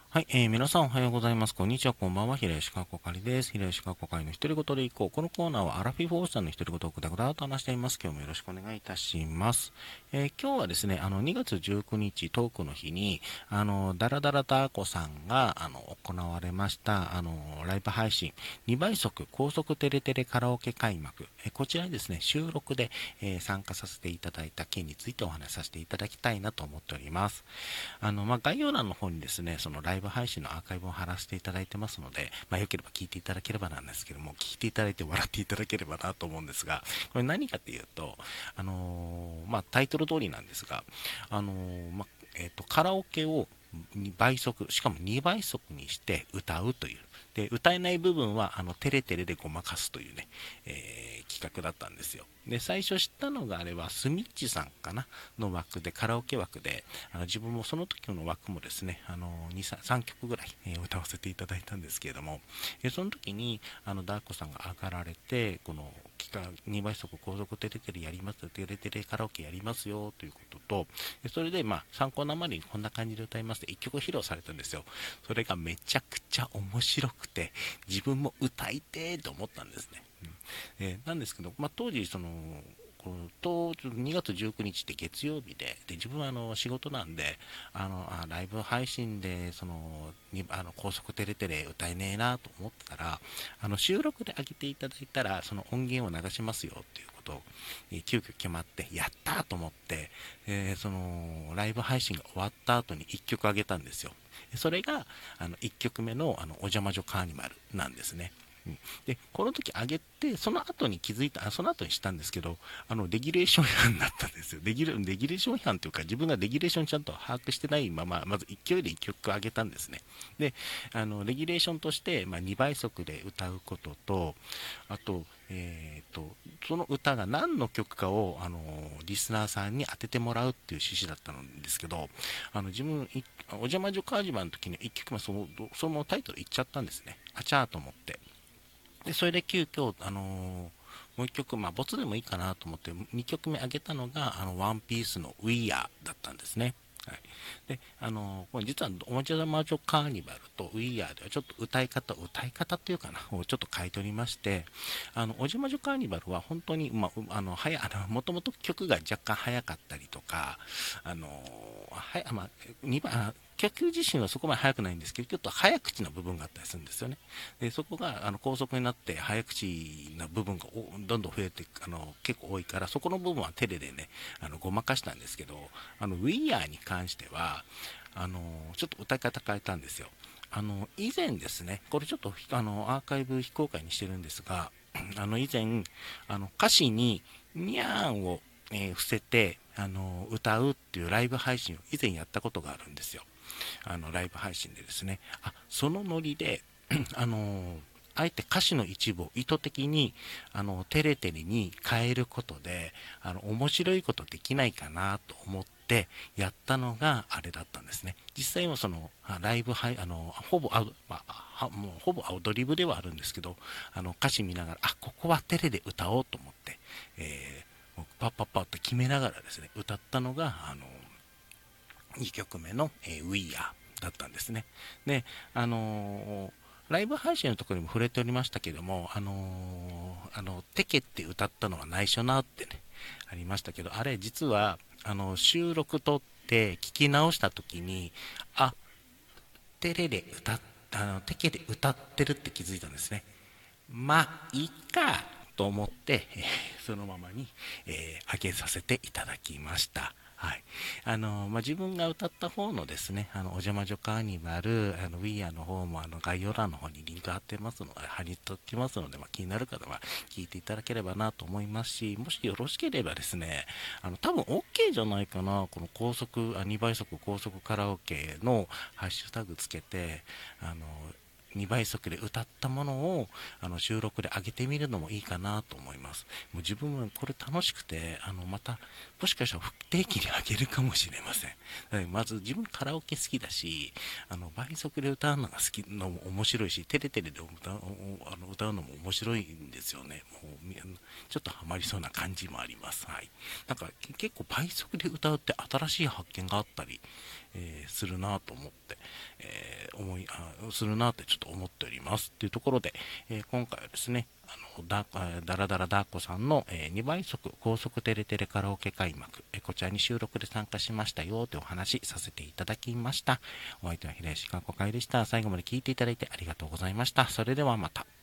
はい、皆さんおはようございます。こんにちは、こんばんは。平吉川こかりです。平吉川こかりの独り言でいこう。このコーナーはアラフィフォーさんの独り言をぐだぐだと話しています。今日もよろしくお願いいたします。今日はですね、2月19日トークの日に、ダラダラダーコさんが、行われました、ライブ配信、2倍速高速テレテレカラオケ開幕。こちらにですね、収録で、参加させていただいた件についてお話しさせていただきたいなと思っております。概要欄の方にですね、そのライブ配信のアーカイブを貼らせていただいてますので、よければ聞いていただければなんですけども、聞いていただいて笑っていただければなと思うんですが、これ何かっていうと、タイトル通りなんですが、あのーまカラオケを倍速、しかも2倍速にして歌うという。で、歌えない部分は、テレテレでごまかすというね、企画だったんですよ。で、最初知ったのがあれは、スミッチさんかなの枠で、カラオケ枠で、自分もその時の枠もですね、2、3曲ぐらい、歌わせていただいたんですけれども、その時に、ダーコさんが上がられて、この、2倍速高速テレテレやります、テレテレカラオケやりますよということと、それで、参考なまでにこんな感じで歌いますって1曲披露されたんですよ。それがめちゃくちゃ面白くて、自分も歌いてーと思ったんですね。なんですけど、当時、2月19日って月曜日で自分は仕事なんで、ライブ配信で、高速テレテレ歌えねえなと思ってたら、収録で上げていただいたら、その音源を流しますよっていうことを、急遽決まって、やったーと思って、ライブ配信が終わった後に1曲上げたんですよ。それが、1曲目の、お邪魔女カーニバルなんですね。で、この時上げて、その後に気づいた、その後にしたんですけど、レギュレーション違反になったんですよ。レギュレーション違反というか、自分がレギュレーションちゃんと把握してないまま、まず勢いで1曲上げたんですね。で、レギュレーションとして、2倍速で歌うことと、あと、その歌が何の曲かを、リスナーさんに当ててもらうっていう趣旨だったんですけど、自分、お邪魔女カージマの時に1曲目そのままタイトル言っちゃったんですね。あちゃーと思って。で、それで急遽、もう一曲、ボツでもいいかなと思って2曲目上げたのが、ワンピースの We Are だったんですね。はい。で、これ実は、おもちゃ魔女カーニバルと We Are ではちょっと歌い方っていうかな、をちょっと変えておりまして、おじゃ魔女カーニバルは本当に、もともと曲が若干早かったりとか、あの、はや、まあ、2番、曲自身はそこまで速くないんですけど、ちょっと早口な部分があったりするんですよね。で、そこが高速になって早口な部分がどんどん増えて結構多いから、そこの部分はテレでね、ごまかしたんですけど、We Are に関しては、ちょっと歌い方変えたんですよ。以前ですね、これちょっとアーカイブ非公開にしてるんですが、以前、歌詞に、にゃーんを、伏せて、歌うっていうライブ配信を以前やったことがあるんですよ。ライブ配信でですね。そのノリで、あのあえて歌詞の一部を意図的に、テレテレに変えることで、面白いことできないかなと思って、やったのがあれだったんですね。実際はその、ライブ配、ほぼアウ、もうほぼアドリブではあるんですけど、歌詞見ながら、ここはテレで歌おうと思って、もうパッパッパッと決めながらですね、歌ったのが、2曲目の、We Are だったんですね。で、ライブ配信のところにも触れておりましたけども、テケって歌ったのは内緒なってね、ありましたけど、あれ実は、収録撮って聞き直した時に、あ、テレで歌っ、テケで歌ってるって気づいたんですね。いいかと思って、そのままに、上げさせていただきました。はい。自分が歌った方のですね、お邪魔女カーニバル、ウィーアの方も、概要欄の方にリンク貼ってますので、貼りときますので、気になる方は聞いていただければなと思いますし、もしよろしければですね、多分 OK じゃないかな、この2倍速高速カラオケのハッシュタグつけて、2倍速で歌ったものを収録で上げてみるのもいいかなと思います。もう自分もこれ楽しくて、また、もしかしたら不定期に上げるかもしれません。だからまず自分カラオケ好きだし、倍速で歌うのが好きのも面白いし、テレテレで歌うのも面白いんですよね。もうちょっとハマりそうな感じもあります。はい。なんか結構倍速で歌うって新しい発見があったり、 するなと思って、するなってちょっと思っておりますっていうところで、今回はですね、ダラダラダーコさんの、2倍速高速テレテレカラオケ開幕、こちらに収録で参加しましたよというお話させていただきました。お相手は平石かこかいでした。最後まで聞いていただいてありがとうございました。それではまた。